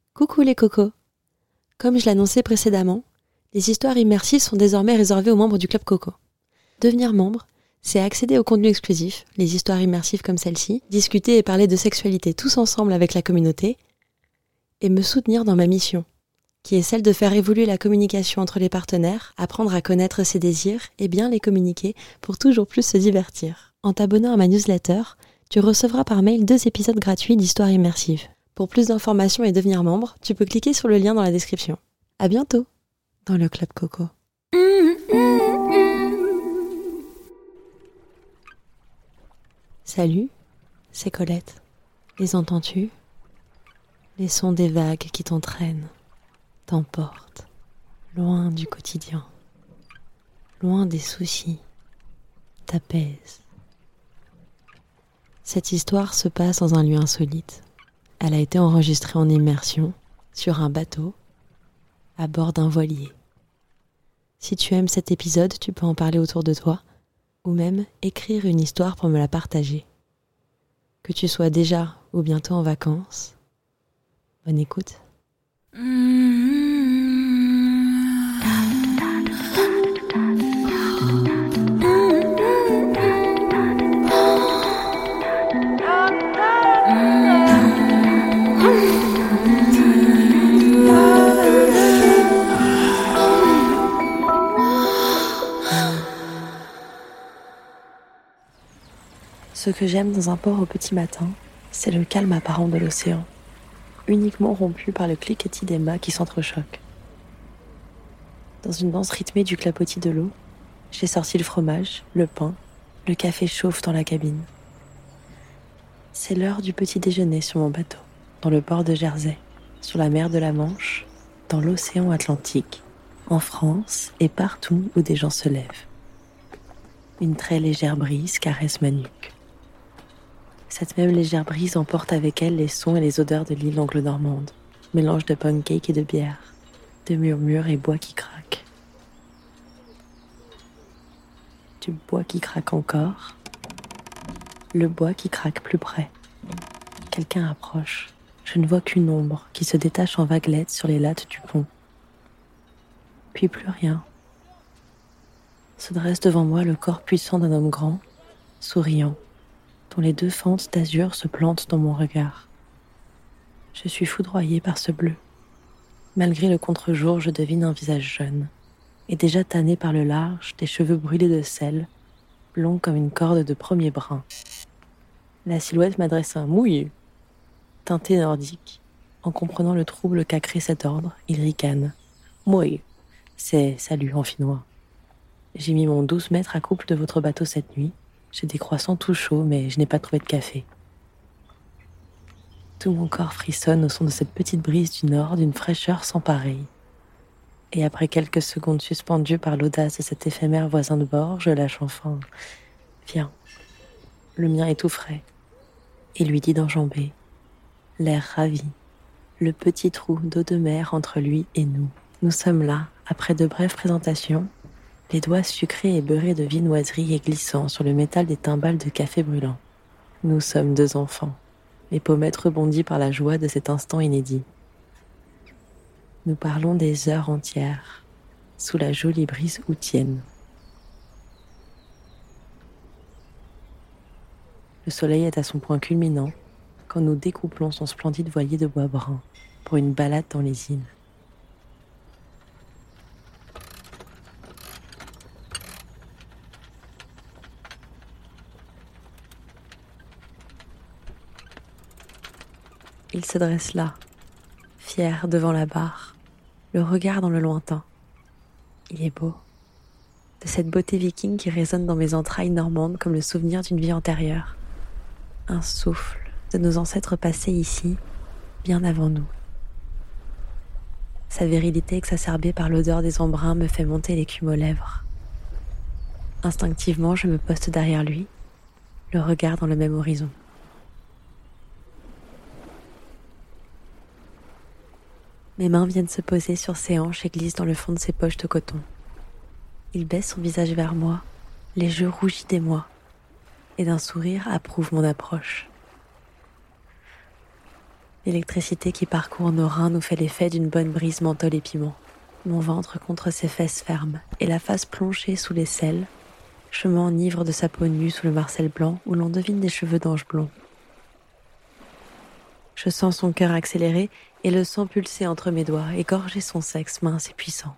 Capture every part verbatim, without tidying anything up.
Coucou les cocos. Comme je l'annonçais précédemment, les histoires immersives sont désormais réservées aux membres du Club Coco. Devenir membre, c'est accéder au contenu exclusif, les histoires immersives comme celle-ci, discuter et parler de sexualité tous ensemble avec la communauté, et me soutenir dans ma mission, qui est celle de faire évoluer la communication entre les partenaires, apprendre à connaître ses désirs et bien les communiquer pour toujours plus se divertir. En t'abonnant à ma newsletter, tu recevras par mail deux épisodes gratuits d'histoires immersives. Pour plus d'informations et devenir membre, tu peux cliquer sur le lien dans la description. À bientôt dans le Club Coco. Salut, c'est Colette. Les entends-tu ? Les sons des vagues qui t'entraînent, t'emportent, loin du quotidien, loin des soucis, t'apaisent. Cette histoire se passe dans un lieu insolite. Elle a été enregistrée en immersion, sur un bateau, à bord d'un voilier. Si tu aimes cet épisode, tu peux en parler autour de toi, ou même écrire une histoire pour me la partager. Que tu sois déjà ou bientôt en vacances, bonne écoute. Ce que j'aime dans un port au petit matin, c'est le calme apparent de l'océan, uniquement rompu par le cliquetis des mâts qui s'entrechoquent. Dans une danse rythmée du clapotis de l'eau, j'ai sorti le fromage, le pain, le café chauffe dans la cabine. C'est l'heure du petit déjeuner sur mon bateau, dans le port de Jersey, sur la mer de la Manche, dans l'océan Atlantique, en France et partout où des gens se lèvent. Une très légère brise caresse ma nuque. Cette même légère brise emporte avec elle les sons et les odeurs de l'île anglo-normande, mélange de pancakes et de bière, de murmures et bois qui craquent. Du bois qui craque encore, le bois qui craque plus près. Quelqu'un approche, je ne vois qu'une ombre qui se détache en vaguelettes sur les lattes du pont. Puis plus rien. Se dresse devant moi le corps puissant d'un homme grand, souriant, dont les deux fentes d'azur se plantent dans mon regard. Je suis foudroyée par ce bleu. Malgré le contre-jour, je devine un visage jeune, et déjà tanné par le large, des cheveux brûlés de sel, longs comme une corde de premier brin. La silhouette m'adresse un « mouille », teinté nordique. En comprenant le trouble qu'a créé cet ordre, il ricane. « Mouille », c'est « salut » en finnois. J'ai mis mon douze mètres à couple de votre bateau cette nuit. J'ai des croissants tout chauds, mais je n'ai pas trouvé de café. Tout mon corps frissonne au son de cette petite brise du nord, d'une fraîcheur sans pareille. Et après quelques secondes suspendues par l'audace de cet éphémère voisin de bord, je lâche enfin « Viens, le mien est tout frais. » Et lui dit d'enjamber, l'air ravi, le petit trou d'eau de mer entre lui et nous. Nous sommes là, après de brèves présentations, les doigts sucrés et beurrés de viennoiserie et glissant sur le métal des timbales de café brûlant. Nous sommes deux enfants, les pommettes rebondies par la joie de cet instant inédit. Nous parlons des heures entières, sous la jolie brise houtienne. Le soleil est à son point culminant quand nous découplons son splendide voilier de bois brun pour une balade dans les îles. Il se dresse là, fier devant la barre, le regard dans le lointain. Il est beau, de cette beauté viking qui résonne dans mes entrailles normandes comme le souvenir d'une vie antérieure. Un souffle de nos ancêtres passés ici, bien avant nous. Sa virilité exacerbée par l'odeur des embruns me fait monter l'écume aux lèvres. Instinctivement, je me poste derrière lui, le regard dans le même horizon. Mes mains viennent se poser sur ses hanches et glissent dans le fond de ses poches de coton. Il baisse son visage vers moi, les yeux rougis d'émoi, et d'un sourire approuve mon approche. L'électricité qui parcourt nos reins nous fait l'effet d'une bonne brise menthol et piment. Mon ventre contre ses fesses fermes et la face plongée sous les selles. Je m'enivre de sa peau nue sous le marcel blanc où l'on devine des cheveux d'ange blond. Je sens son cœur accélérer et le sang pulser entre mes doigts, égorger son sexe mince et puissant.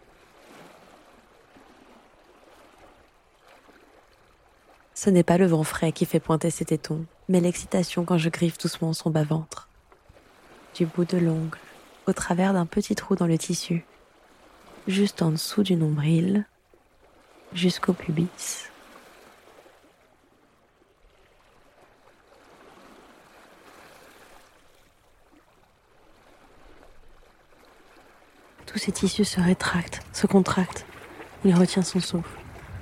Ce n'est pas le vent frais qui fait pointer ses tétons, mais l'excitation quand je griffe doucement son bas-ventre. Du bout de l'ongle, au travers d'un petit trou dans le tissu, juste en dessous du nombril, jusqu'au pubis. Tous ses tissus se rétractent, se contractent. Il retient son souffle.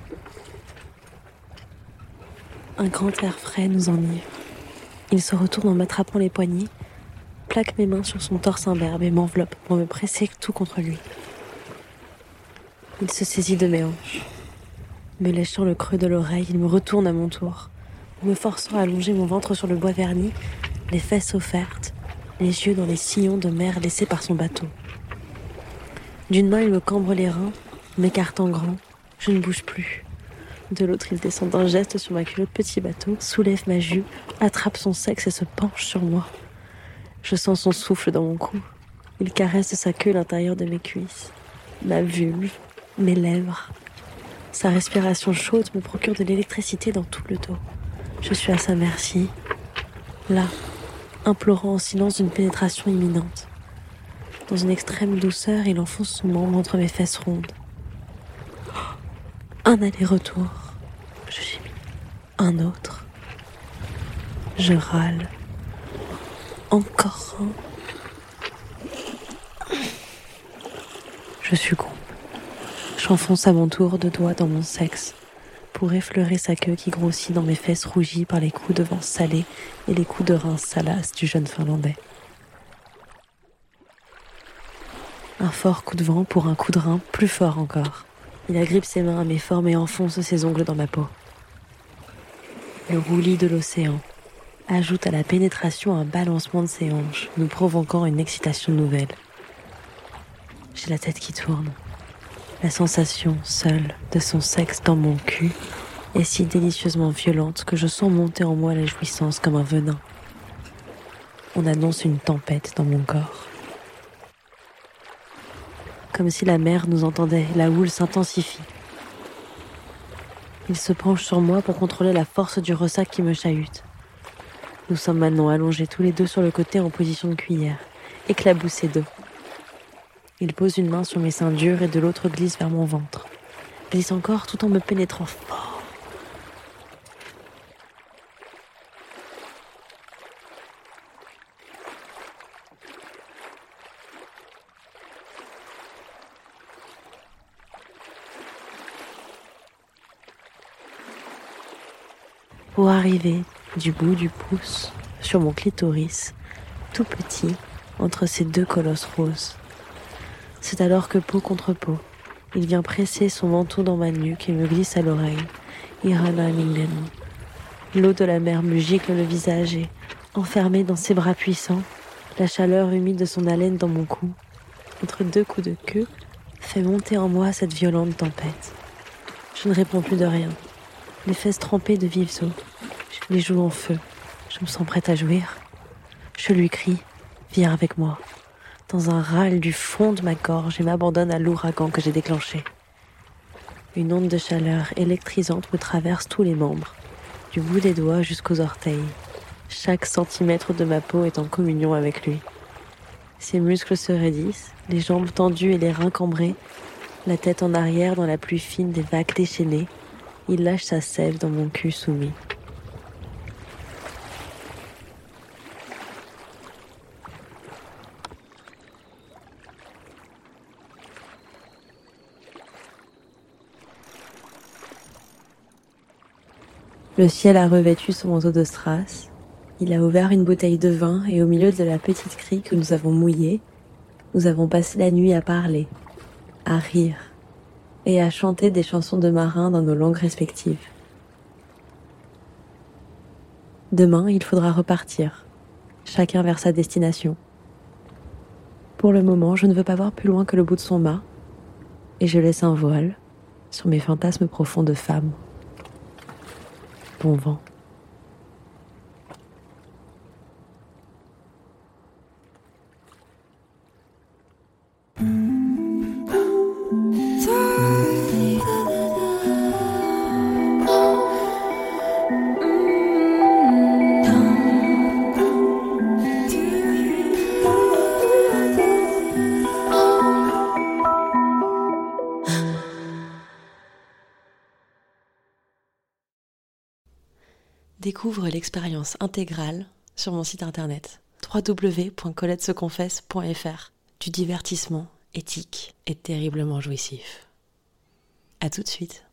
Un grand air frais nous enivre. Il se retourne en m'attrapant les poignets, plaque mes mains sur son torse imberbe et m'enveloppe pour me presser tout contre lui. Il se saisit de mes hanches. Me léchant le creux de l'oreille, il me retourne à mon tour, me forçant à allonger mon ventre sur le bois verni, les fesses offertes, les yeux dans les sillons de mer laissés par son bateau. D'une main, il me cambre les reins, m'écartant grand. Je ne bouge plus. De l'autre, il descend d'un geste sur ma culotte petit bateau, soulève ma jupe, attrape son sexe et se penche sur moi. Je sens son souffle dans mon cou. Il caresse de sa queue l'intérieur de mes cuisses, ma vulve, mes lèvres. Sa respiration chaude me procure de l'électricité dans tout le dos. Je suis à sa merci, là, implorant en silence une pénétration imminente. Dans une extrême douceur, il enfonce son membre entre mes fesses rondes. Un aller-retour. Je gémis. Un autre. Je râle. Encore un. Je succombe. J'enfonce à mon tour deux doigts dans mon sexe pour effleurer sa queue qui grossit dans mes fesses rougies par les coups de vent salés et les coups de reins salaces du jeune Finlandais. Un fort coup de vent pour un coup de rein plus fort encore. Il agrippe ses mains à mes formes et enfonce ses ongles dans ma peau. Le roulis de l'océan ajoute à la pénétration un balancement de ses hanches, nous provoquant une excitation nouvelle. J'ai la tête qui tourne. La sensation, seule, de son sexe dans mon cul est si délicieusement violente que je sens monter en moi la jouissance comme un venin. On annonce une tempête dans mon corps. Comme si la mer nous entendait, la houle s'intensifie. Il se penche sur moi pour contrôler la force du ressac qui me chahute. Nous sommes maintenant allongés tous les deux sur le côté en position de cuillère, éclaboussés d'eau. Il pose une main sur mes seins durs et de l'autre glisse vers mon ventre. Glisse encore tout en me pénétrant fort. Pour arriver du bout du pouce sur mon clitoris, tout petit, entre ces deux colosses roses. C'est alors que peau contre peau, il vient presser son menton dans ma nuque et me glisse à l'oreille. Irana Mingen. L'eau de la mer me gicle le visage et, enfermée dans ses bras puissants, la chaleur humide de son haleine dans mon cou, entre deux coups de queue, fait monter en moi cette violente tempête. Je ne réponds plus de rien. Les fesses trempées de vives eaux, les joues en feu. Je me sens prête à jouir. Je lui crie, viens avec moi. Dans un râle du fond de ma gorge et m'abandonne à l'ouragan que j'ai déclenché. Une onde de chaleur électrisante me traverse tous les membres, du bout des doigts jusqu'aux orteils. Chaque centimètre de ma peau est en communion avec lui. Ses muscles se raidissent, les jambes tendues et les reins cambrés, la tête en arrière dans la pluie fine des vagues déchaînées. Il lâche sa sève dans mon cul soumis. Le ciel a revêtu son manteau de strass. Il a ouvert une bouteille de vin et au milieu de la petite crique que nous avons mouillée, nous avons passé la nuit à parler, à rire et à chanter des chansons de marins dans nos langues respectives. Demain, il faudra repartir, chacun vers sa destination. Pour le moment, je ne veux pas voir plus loin que le bout de son mât, et je laisse un voile sur mes fantasmes profonds de femme. Bon vent. Découvre l'expérience intégrale sur mon site internet w w w point colette se confesse point f r. Du divertissement éthique et terriblement jouissif. À tout de suite.